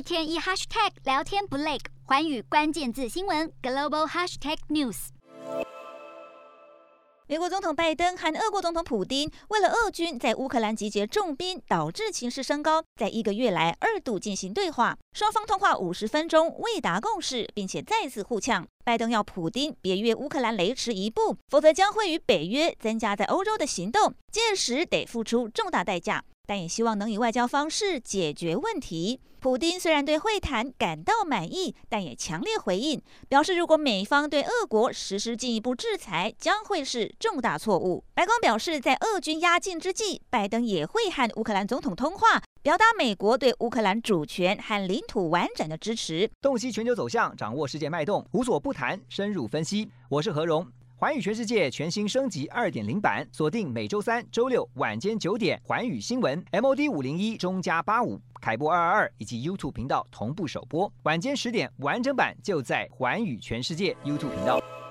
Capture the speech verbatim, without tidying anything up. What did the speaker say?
天一 hashtag 聊天不累，寰宇关键字新闻 global hashtag news。 美国总统拜登和俄国总统普丁为了俄军在乌克兰集结重兵，导致情势升高，在一个月来二度进行对话，双方通话五十分钟未达共识，并且再次互呛。拜登要普丁别越乌克兰雷池一步，否则将会与北约增加在欧洲的行动，届时得付出重大代价。但也希望能以外交方式解决问题。普丁虽然对会谈感到满意，但也强烈回应，表示如果美方对俄国实施进一步制裁，将会是重大错误。白宫表示，在俄军压境之际，拜登也会和乌克兰总统通话，表达美国对乌克兰主权和领土完整的支持。 洞悉全球走向，掌握世界脉动，无所不谈，深入分析。我是何荣。寰宇全世界全新升级 二点零 版，锁定每周三、周六晚间九点，寰宇新闻 M O D 五零一中加八五凯播二二二以及 YouTube 频道同步首播，晚间十点完整版就在寰宇全世界 YouTube 频道。